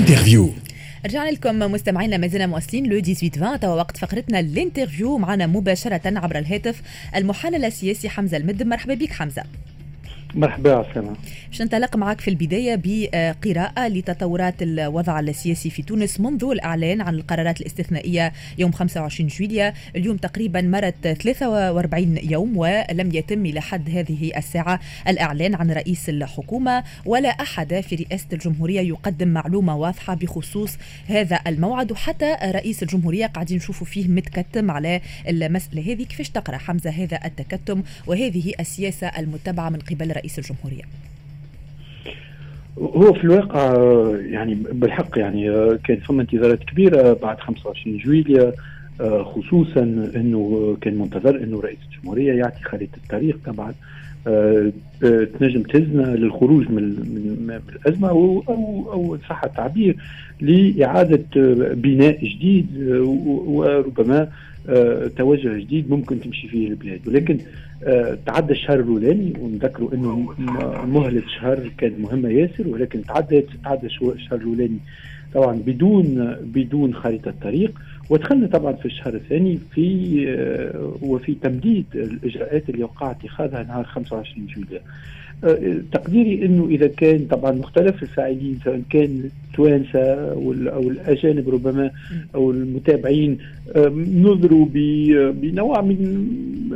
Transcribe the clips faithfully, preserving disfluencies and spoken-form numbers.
الانترفيو. رجعنا لكم مستمعينا، ما زلنا مواصلين لو ثمانية عشر توا وقت فقرتنا الانترفيو. معنا مباشرة عبر الهاتف المحلل السياسي حمزة المدب. مرحبا بك حمزة. مرحبا عسلامة. باش ننطلق معك في البداية بقراءة لتطورات الوضع السياسي في تونس منذ الإعلان عن القرارات الاستثنائية يوم خمسة وعشرين جويلية. اليوم تقريبا مرت ثلاثة وأربعين يوم ولم يتم إلى حد هذه الساعة الإعلان عن رئيس الحكومة، ولا أحد في رئاسة الجمهورية يقدم معلومة واضحة بخصوص هذا الموعد، وحتى رئيس الجمهورية قاعدين نشوفوا فيه متكتم على المسألة هذه. كيفاش تقرأ حمزة هذا التكتم وهذه السياسة المتبعة من قبل رئيس الجمهورية؟ هو في الواقع يعني بالحق يعني كان فما انتظارات كبيرة بعد خمسة وعشرين جويلية، خصوصا انه كان منتظر انه رئيس الجمهورية يعطي خريطة الطريق طبعا تنجم تهزنا للخروج من, من الأزمة أو, أو, أو صح التعبير لإعادة بناء جديد وربما توجه جديد ممكن تمشي فيه البلاد. ولكن تعدى الشهر الأولاني، ونذكروا أنه مهلة شهر كانت مهمة ياسر، ولكن تعدى تعدى الشهر الأولاني طبعا بدون بدون خريطة طريق، ودخلنا طبعا في الشهر الثاني في وفي تمديد الإجراءات اللي وقع اتخاذها نهار خمسة وعشرين جويلية. تقديري انه اذا كان طبعا مختلف الفاعلين سواء كان توانسه او الاجانب ربما او المتابعين نظروا بنوع من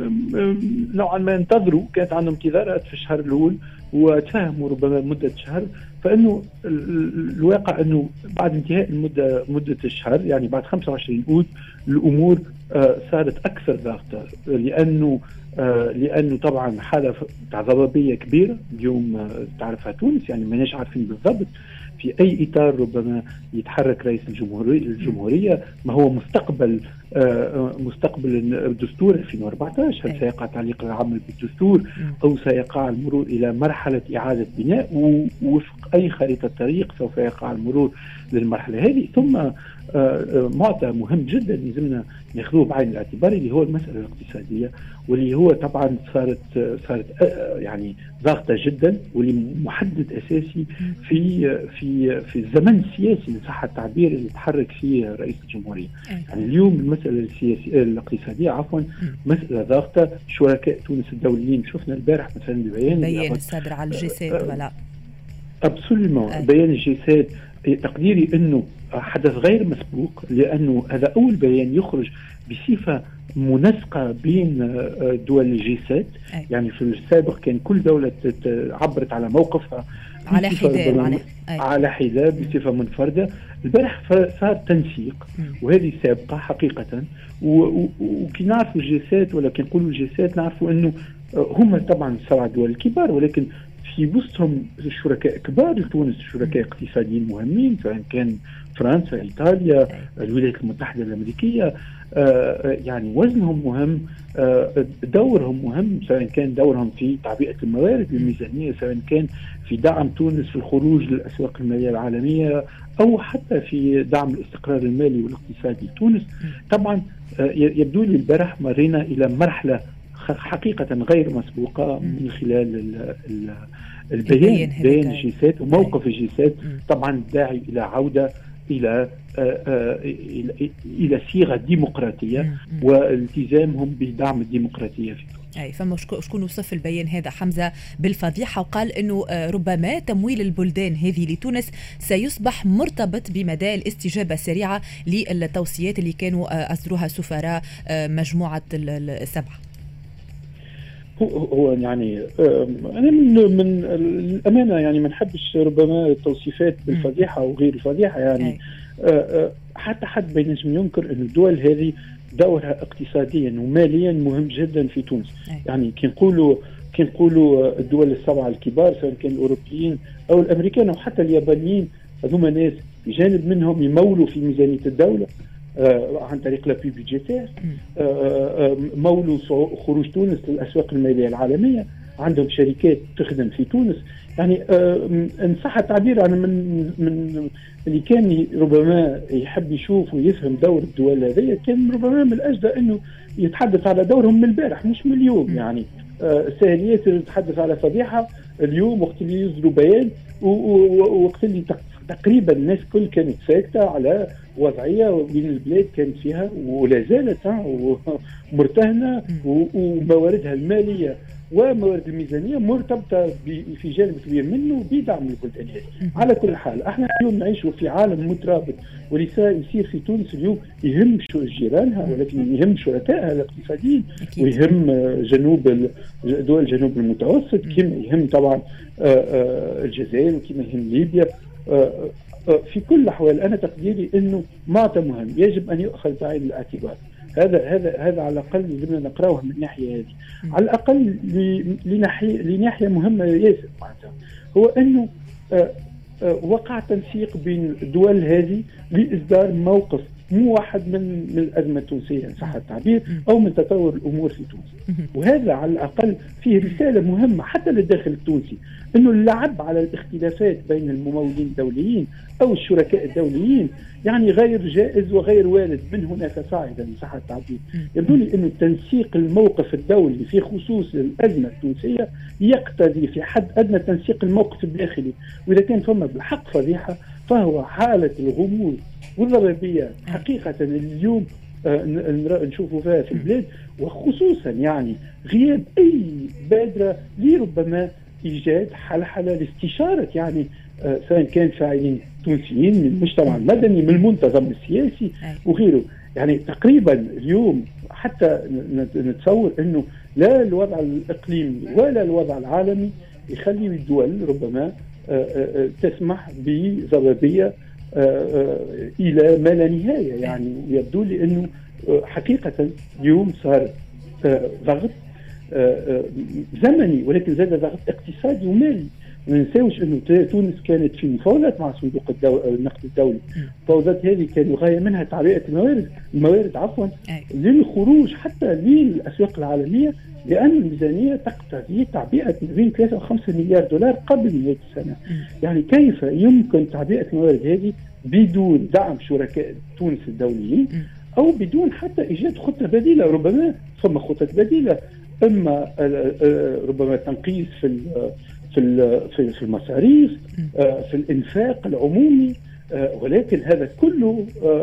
نوعا ما انتظروا، كانت عندهم انتظارات في الشهر الاول وتفهموا ربما مده شهر، فانه الواقع انه بعد انتهاء المده مده الشهر يعني بعد خمسة وعشرين أود الامور صارت اكثر ضغطه، لانه آه لأنه طبعا حالة ضبابية كبيرة اليوم تعرفها تونس، يعني ماناش عارفين بالضبط في أي إطار ربما يتحرك رئيس الجمهورية, الجمهورية ما هو مستقبل آه مستقبل الدستور ألفين وأربعة عشر. هل سيقع تعليق العمل بالدستور أو سيقع المرور إلى مرحلة إعادة بناء، ووفق أي خريطة طريق سوف يقع المرور للمرحلة هذه. ثم آه معطى مهم جدا لازمنا ناخذوه بعين الاعتبار اللي هو المسألة الاقتصادية، واللي هو طبعا صارت صارت يعني ضاغطة جدا، واللي محدد أساسي في في في الزمن السياسي إن صح التعبير اللي تحرك فيه رئيس الجمهورية. يعني اليوم المسألة السياسية الاقتصادية عفوا مسألة ضاغطة. شركاء تونس الدوليين شفنا البارح مثلا البيان بيان الصادر على الجسد ولا ابسوليومون بيان الجسد، تقديري انه حدث غير مسبوق، لانه هذا اول بيان يخرج بصفه منسقه بين دول الجي سبعة. يعني في السابق كان كل دوله عبرت على موقفها على حدة على, على حدة بصفه منفرده. البارح صار تنسيق، وهذه سابقه حقيقه. وكي نعرفوا الجي سبعة ولا كي نقولوا الجي سبعة نعرفوا انه هم طبعا سبع دول كبار، ولكن في وسطهم شركاء كبار لتونس، شركاء اقتصاديين مهمين سواء كان فرنسا، إيطاليا، الولايات المتحدة الأمريكية. آه يعني وزنهم مهم، آه دورهم مهم، سواء كان دورهم في تعبئة الموارد الميزانية، سواء كان في دعم تونس في الخروج للأسواق المالية العالمية، أو حتى في دعم الاستقرار المالي والاقتصادي لتونس. طبعا آه يبدو لي البارح مرينا إلى مرحلة حقيقة غير مسبوقة من خلال ال ال البيان بيان الجيسات وموقف الجيسات، طبعا داعي إلى عودة إلى آآ آآ إلى, إلى صيغة ديمقراطية والتزامهم بدعم الديمقراطية في تونس. أي فما شكون وصف البيان هذا حمزة بالفضيحة، وقال أنه ربما تمويل البلدان هذه لتونس سيصبح مرتبط بمدى الاستجابة السريعة للتوصيات اللي كانوا أصدروها سفراء مجموعة السبعة. هو يعني أنا من من الأمانة يعني ما نحبش ربما التوصيفات بالفضيحة وغير الفضيحة، يعني حتى حد بينجم ينكر أن الدول هذه دورها اقتصاديا وماليا مهم جدا في تونس. يعني كي نقولوا كي نقولوا الدول السبعة الكبار سواء كان الأوروبيين أو الأمريكان أو حتى اليابانيين، هذوما ناس بجانب منهم يمولوا في ميزانية الدولة آه عن طريق لابي بيدجيتير، آه آه مولوا خروج تونس للأسواق المالية العالمية، عندهم شركات تخدم في تونس. يعني إن صح التعبير أنا من من اللي كان ربما يحب يشوف ويفهم دور الدول هذه، كان ربما من الأجدى إنه يتحدث على دورهم من البارح مش من اليوم. يعني سهل ياسر يتحدث على فضيحة اليوم وقت اللي يصدروا بيان ووقت اللي تقريبا الناس كل كانت ساكتة على وضعية بين البلاد كانت فيها ولا زالت مرتهنة، ومواردها المالية وموارد الميزانية مرتبطة في جانب كبير منه بدعم البلدانيات. على كل حال احنا اليوم نعيش في عالم مترابط، ولسا يصير في تونس اليوم يهم جيرانها ولكن يهم شركائها الاقتصاديين، ويهم جنوب دول جنوب المتوسط كما يهم طبعا الجزائر وكما يهم ليبيا. في كل الأحوال أنا تقديري أنه معطى مهم يجب أن يؤخذ بعين الاعتبار. هذا هذا هذا على الأقل لازمنا نقرأوه من الناحية هذه. على الأقل لناحية لناحية مهمة ياسر معناتها، هو أنه وقع تنسيق بين الدول هذه لإصدار موقف موحد من من الأزمة التونسية إن صح التعبير أو من تطور الأمور في تونس. وهذا على الأقل فيه رسالة مهمة حتى للداخل التونسي، أنه اللعب على الاختلافات بين الممولين الدوليين أو الشركاء الدوليين يعني غير جائز وغير وارد من هنا فصاعدا إن صح التعبير. يبدو لي أنه تنسيق الموقف الدولي في خصوص الأزمة التونسية يقتضي في حد أدنى تنسيق الموقف الداخلي، وإذا كان ثم بالحق فضيحة فهو حالة الغموض والضبابية حقيقة اليوم آه نشوفوا فيها في البلاد، وخصوصا يعني غياب أي بادرة لربما إيجاد حلحلة لاستشارة يعني آه سواء كان فاعلين تونسيين من المجتمع المدني من المنتظم السياسي وغيره. يعني تقريبا اليوم حتى نتصور أنه لا الوضع الإقليمي ولا الوضع العالمي يخلي الدول ربما آه آه تسمح بضبابية إلى ما لا نهاية. يعني يبدو لي أنه حقيقة اليوم صار ضغط زمني ولكن زاد ضغط اقتصادي ومالي. ما ننساوش أنه تونس كانت في مفاوضات مع صندوق الدو... النقد الدولي. المفاوضات هذه كان الغاية منها تعبئة الموارد الموارد عفوا للخروج حتى للأسواق العالمية، لأن الميزانية تقتضي تعبئة بين ثلاثة وخمسة مليار دولار قبل نهاية السنة. يعني كيف يمكن تعبئة الموارد هذه بدون دعم شركاء تونس الدوليين أو بدون حتى إيجاد خطة بديلة؟ ربما ثم خطة بديلة، إما ربما تنقيص في في في المصاريف في الإنفاق العمومي، ولكن هذا كله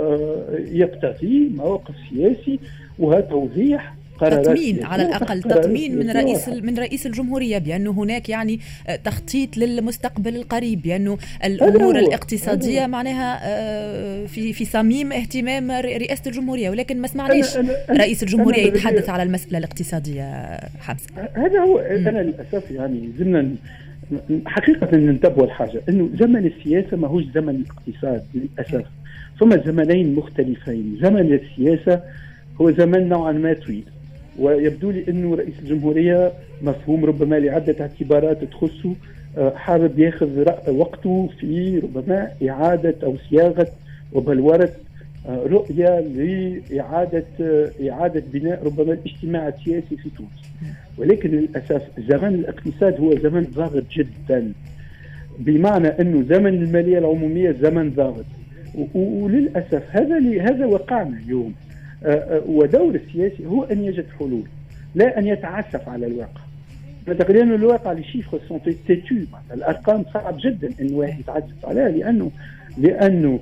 يقتضي مواقف سياسي وتوضيح تطمين على الأقل تطمين من رئيس من رئيس الجمهورية بأنه هناك يعني تخطيط للمستقبل القريب، بأنه الأمور الاقتصادية معناها في في صميم اهتمام رئاسة الجمهورية، ولكن ما سمعناش رئيس الجمهورية يتحدث على المسألة الاقتصادية. حمزة هذا هو أنا للأسف يعني زمنا حقيقة ننتبه الحاجة أنه زمن السياسة ما هوش زمن الاقتصاد للأسف، ثم زمنين مختلفين. زمن السياسة هو زمن نوعا ما طويل، ويبدو لي أنه رئيس الجمهورية مفهوم ربما لعدة اعتبارات تخصه حابب ياخذ وقته في ربما إعادة أو صياغة وبلورة رؤية لإعادة إعادة بناء ربما الاجتماع السياسي في تونس. ولكن للأسف زمن الاقتصاد هو زمن ضاغط جدا، بمعنى أنه زمن المالية العمومية زمن ضاغط، وللأسف هذا هذا وقعنا اليوم. ودور السياسي هو أن يجد حلول لا أن يتعسف على الواقع. تقريبا الواقع لشيفر سون تيتو، الأرقام صعب جدا أن واحد يتعسف عليها، لأنه لأنه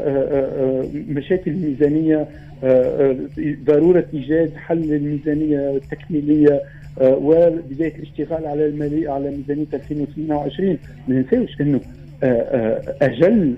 مشاكل الميزانية، ضرورة إيجاد حل للميزانية التكميلية وبداية الاشتغال على المالية على ميزانية ألفين واثنين وعشرين. ما ننساوش أنه أجل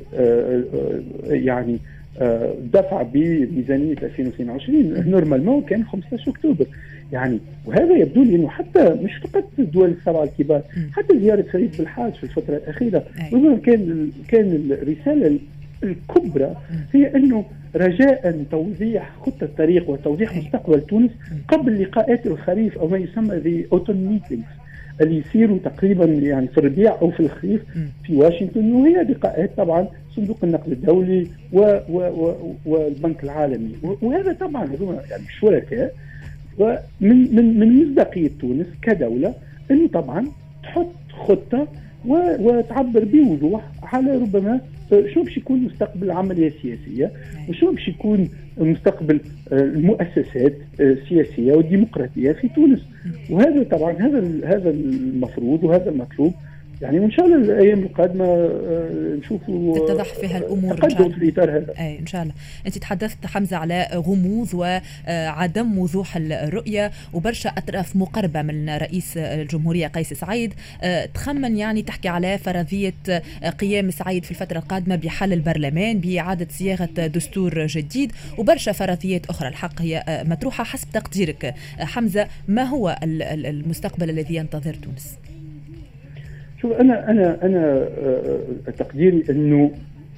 يعني دفع بميزانية ألفين واثنين وعشرين نورمالمون كان خمسة عشر أكتوبر يعني. وهذا يبدو لي أنه حتى مش فقط الدول السبعة الكبار، حتى زيارة فريد بالحاج في الفترة الأخيرة كان كان الرسالة الكبرى هي أنه رجاء توضيح خطة طريق وتوضيح مستقبل تونس قبل لقاءات الخريف أو ما يسمى ذي أوتون ميتينغز اللي يصيروا تقريبا يعني في الربيع أو في الخريف في واشنطن، وهي لقاءات طبعا صندوق النقد الدولي و و و والبنك العالمي. وهذا طبعا يعني شركاء، ومن من من مصداقية تونس كدولة أنه طبعا تحط خطة وتعبر بوضوح على ربما شو باش يكون مستقبل العملية السياسية وشو باش يكون مستقبل المؤسسات السياسية والديمقراطية في تونس. وهذا طبعا هذا هذا المفروض وهذا المطلوب يعني وان شاء الله الايام القادمه نشوفوا تتضح فيها الامور تقدم في الاطار هذا. اي ان شاء الله. انت تحدثت حمزه على غموض وعدم وضوح الرؤيه وبرشا اطراف مقربه من رئيس الجمهوريه قيس سعيد تخمن يعني تحكي على فرضيه قيام سعيد في الفتره القادمه بحل البرلمان باعاده صياغه دستور جديد وبرشا فرضيات اخرى. الحق هي مطروحه. حسب تقديرك حمزه ما هو المستقبل الذي ينتظر تونس؟ شوف انا انا انا تقديري انه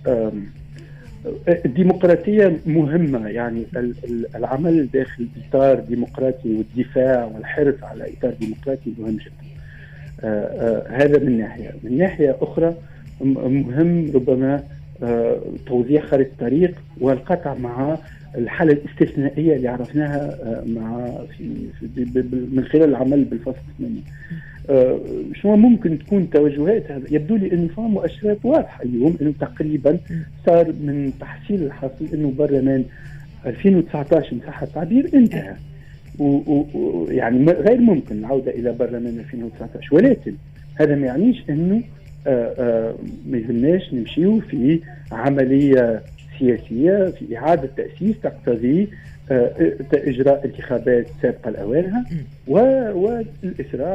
الديمقراطيه مهمه، يعني العمل داخل اطار ديمقراطي والدفاع والحرص على اطار ديمقراطي مهم جدا. هذا من ناحيه. من ناحيه اخرى مهم ربما توضيح خارطه الطريق والقطع مع الحالة الاستثنائية اللي عرفناها مع في, في من خلال العمل بالفصل الثمانين. شنو ممكن تكون توجهات؟ هذا يبدو لي انه فما مؤشرات واضحة اليوم انه تقريبا صار من تحصيل الحاصل انه برلمان ألفين وتسعة عشر ان صح التعبير انتهى، ويعني غير ممكن العودة الى برلمان ألفين وتسعة عشر، ولكن هذا ما يعنيش انه ما يلزمناش نمشيو في عملية سياسية في إعادة تأسيس تقتضي إجراء انتخابات سابقة لأوانها والإسراع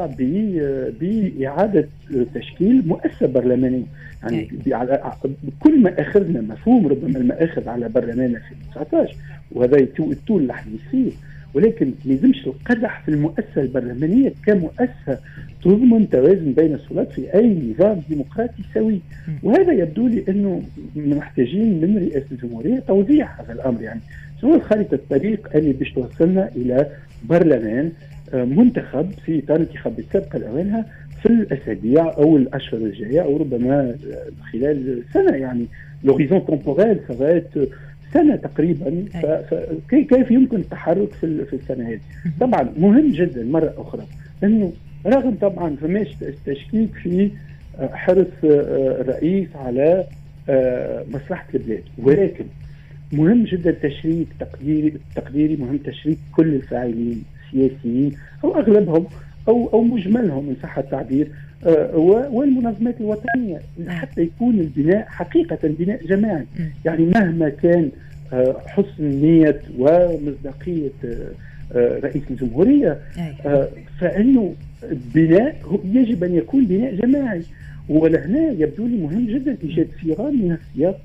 بإعادة تشكيل مؤسسة برلمانية. يعني كل ما أخذنا مفهوم ربما المآخذ على برلمان ألفين وتسعة عشر وهذا الطول اللي حد يصير، ولكن ما يلزمش القدح في المؤسسة البرلمانية كمؤسسة تضمن توازن بين السلطات في أي نظام ديمقراطي سوي. وهذا يبدو لي أنه محتاجين من رئاسة الجمهورية توضيح هذا الأمر، يعني سواء خارطة الطريق اللي باش توصلنا إلى برلمان منتخب في إطار انتخابات سابقة لأوانها في الأسابيع أو الأشهر الجاية أو ربما خلال سنة. يعني لوريزون تومبوريل سوات سنة تقريبا. فكيف يمكن التحرك في في السنة هذه؟ طبعا مهم جدا مرة أخرى أنه رغم طبعا فماش تشكيك في حرص الرئيس على مصلحة البلاد، ولكن مهم جدا تشريك تقديري تقديري مهم تشريك كل الفاعلين السياسيين أو أغلبهم أو أو مجملهم إن صح التعبير والمنظمات الوطنية حتى يكون البناء حقيقة بناء جماعي. يعني مهما كان حسن نية ومصداقية رئيس الجمهورية فإنه البناء يجب أن يكون بناء جماعي. ولهنا يبدو لي مهم جدا إيجاد صيغة من السياق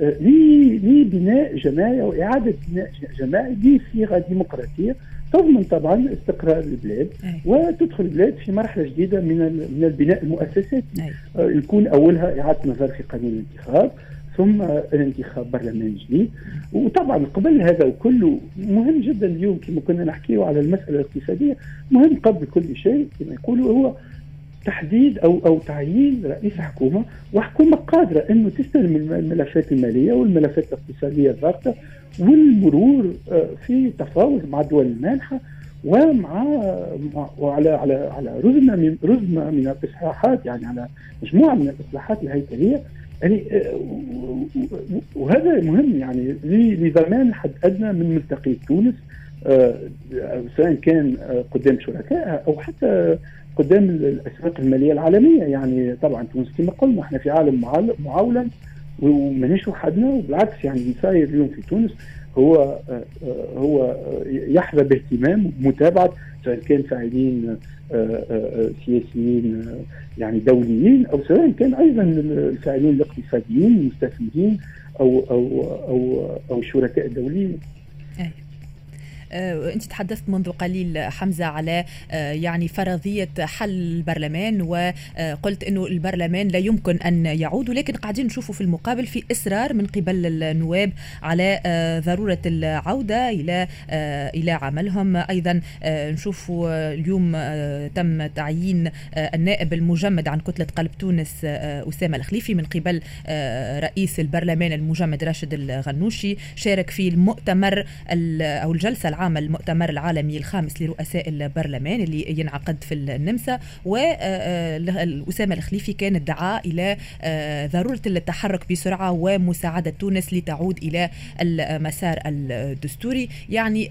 لبناء جماعي أو إعادة بناء جماعي بصيغة ديمقراطية تضمن طبعا استقرار البلاد وتدخل البلاد في مرحلة جديدة من من البناء المؤسساتي يكون أولها إعادة نظر في قانون الانتخاب ثم الانتخاب برلمان جديد. وطبعا قبل هذا وكله مهم جدا اليوم كما كنا نحكيه على المسألة الاقتصادية، مهم قبل كل شيء كما يقولوا هو تحديد أو أو تعيين رئيس حكومة وحكومة قادرة أنه تستلم الملفات المالية والملفات الاقتصادية الضاغطة والمرور في تفاوض مع الدول المانحة ومع وعلى على على رزمة من رزمة من الإصلاحات، يعني على مجموعة من الإصلاحات الهيكلية. يعني وهذا مهم يعني لضمان حد أدنى من ملتقي تونس سواء كان قدام شركائها أو حتى قدام الأسواق المالية العالمية. يعني طبعا تونس كما قلنا احنا في عالم معولم ومانيش وحدنا، وبالعكس يعني اللي صاير اليوم في تونس هو هو يحظى باهتمام ومتابعة سواء كان فاعلين سياسيين يعني دوليين أو سواء كان أيضا الفاعلين الاقتصاديين المستثمرين أو أو أو أو الشركاء الدوليين. أنت تحدثت منذ قليل حمزة على يعني فرضية حل البرلمان وقلت أنه البرلمان لا يمكن أن يعود، ولكن قاعدين نشوفوا في المقابل في إصرار من قبل النواب على ضرورة العودة إلى إلى عملهم. أيضا نشوفوا اليوم تم تعيين النائب المجمد عن كتلة قلب تونس أسامة الخليفي من قبل رئيس البرلمان المجمد راشد الغنوشي، شارك في المؤتمر أو الجلسة العام المؤتمر العالمي الخامس لرؤساء البرلمان اللي ينعقد في النمسا، وأسامة الخليفي كان ادعى إلى ضرورة التحرك بسرعة ومساعدة تونس لتعود إلى المسار الدستوري. يعني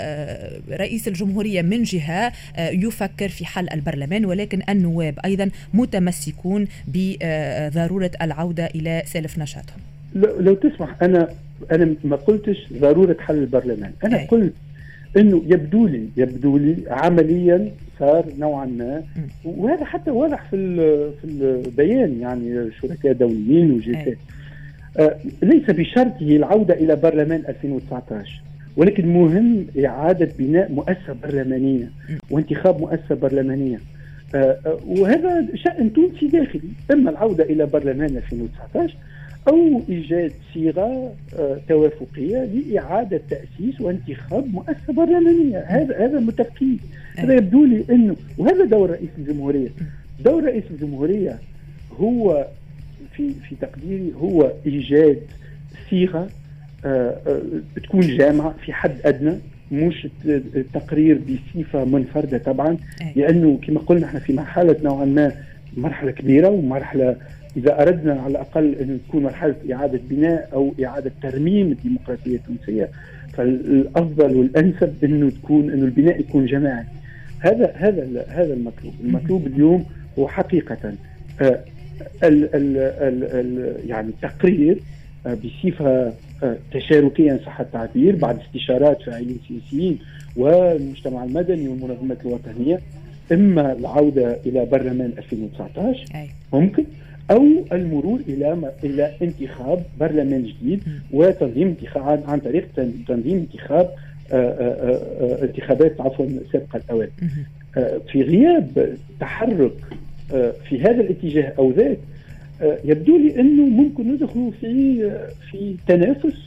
رئيس الجمهورية من جهة يفكر في حل البرلمان، ولكن النواب أيضا متمسكون بضرورة العودة إلى سالف نشاطهم. لو تسمح، أنا أنا ما قلتش ضرورة حل البرلمان، أنا أي. قلت إنه يبدو لي يبدو لي عمليا صار نوعا ما، وهذا حتى واضح في في البيان، يعني شركاء دوليين وجهات، آه ليس بشرطه العودة إلى برلمان ألفين وتسعة عشر، ولكن مهم إعادة بناء مؤسسة برلمانية وانتخاب مؤسسة برلمانية، آه وهذا شأن تونسي داخلي، إما العودة إلى برلمان ألفين وتسعة عشر أو إيجاد صيغة آه توافقية لإعادة تأسيس وانتخاب مؤسسة برلمانية. هذا هذا متفقين. هذا يبدو لي إنه، وهذا دور رئيس الجمهورية. دور رئيس الجمهورية هو في في تقديري هو إيجاد صيغة آه آه تكون جامعة في حد أدنى، مش التقرير بصفة منفردة طبعا، لأنه كما قلنا احنا في مرحلة نوعا ما مرحلة كبيرة، ومرحلة إذا أردنا على الأقل أن تكون مرحلة إعادة بناء أو إعادة ترميم الديمقراطية التونسية، فالأفضل والأنسب أنه تكون أنه البناء يكون جماعي. هذا هذا هذا المطلوب. المطلوب اليوم هو حقيقة آه ال ال ال ال يعني التقرير آه بصفة آه تشاركية إن صح التعبير، بعد استشارات فاعلين سياسيين والمجتمع المدني والمنظمات الوطنية، إما العودة إلى برلمان ألفين وتسعة عشر ممكن، أو المرور إلى إلى انتخاب برلمان جديد وتنظيم انتخاب عن طريق تنظيم انتخاب آآ آآ انتخابات عفوا سابقة الأوان. في غياب تحرك في هذا الاتجاه أو ذاك، يبدو لي أنه ممكن ندخل في في تنافس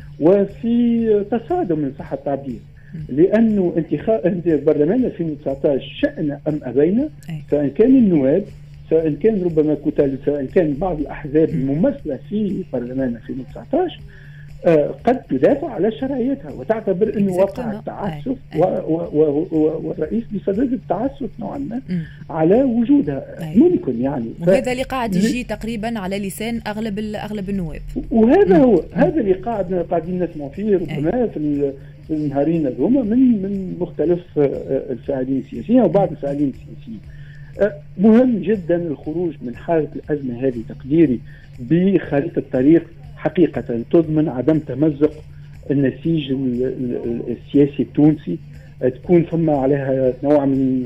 وفي تصادم من صح التعبير، لأنه انتخاب برلمان ألفين وتسعة عشر شأن أم أبينا، سواء كان النواب، سواء كان ربما كتل، سواء كان بعض الأحزاب الممثلة في برلمان ألفين وتسعة عشر، آه قد تدافع على شرعيتها وتعتبر أنه وقع التعسف والرئيس بصدد التعسف نوعا ما على وجودها. أي. ممكن يعني، وهذا اللي قاعد يجي تقريبا على لسان أغلب أغلب النواب، وهذا هو هذا اللي قاعد قاعدين نسمع فيه ربما في النهارين هذوما من من مختلف الفاعلين السياسيين وبعض الفاعلين السياسيين. مهم جدا الخروج من حالة الأزمة هذه تقديري بخريطة طريق حقيقة تضمن عدم تمزق النسيج السياسي التونسي، تكون ثم عليها نوع من،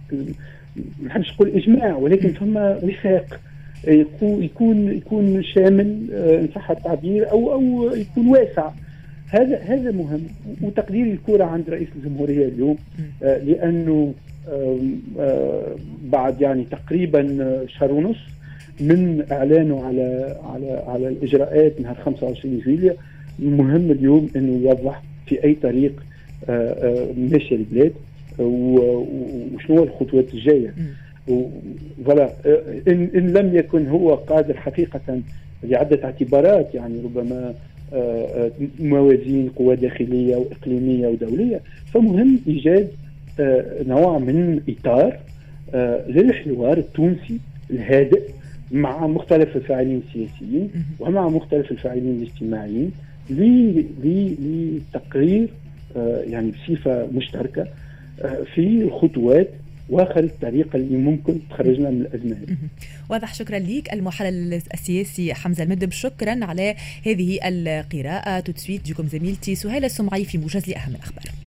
ما نحبش نقول إجماع، ولكن ثم وفاق يكون يكون شامل إن صح التعبير، أو أو يكون واسع. هذا هذا مهم. وتقدير الكرة عند رئيس الجمهورية اليوم، لأنه بعد يعني تقريبا شهر ونص من اعلانه على على على الاجراءات نهار خمسة وعشرين جويلية، مهم اليوم انه يوضح في اي طريق ماشيه البلاد وشنو الخطوات الجايه. فوالا ان ان لم يكن هو قادر حقيقه لعده اعتبارات، يعني ربما موازين قوى داخليه واقليميه ودوليه، فمهم ايجاد نوع من إطار للحوار التونسي الهادئ مع مختلف الفاعلين السياسيين ومع مختلف الفاعلين الاجتماعيين لتقرير يعني بصفة مشتركة في الخطوات وخريطة الطريقة اللي ممكن تخرجنا من الأزمة. واضح. شكرا لك المحلل السياسي حمزة المدب، شكرا على هذه القراءة. تتسويت جيكم زميلتي سهيلة السمعي في موجز لأهم الأخبار.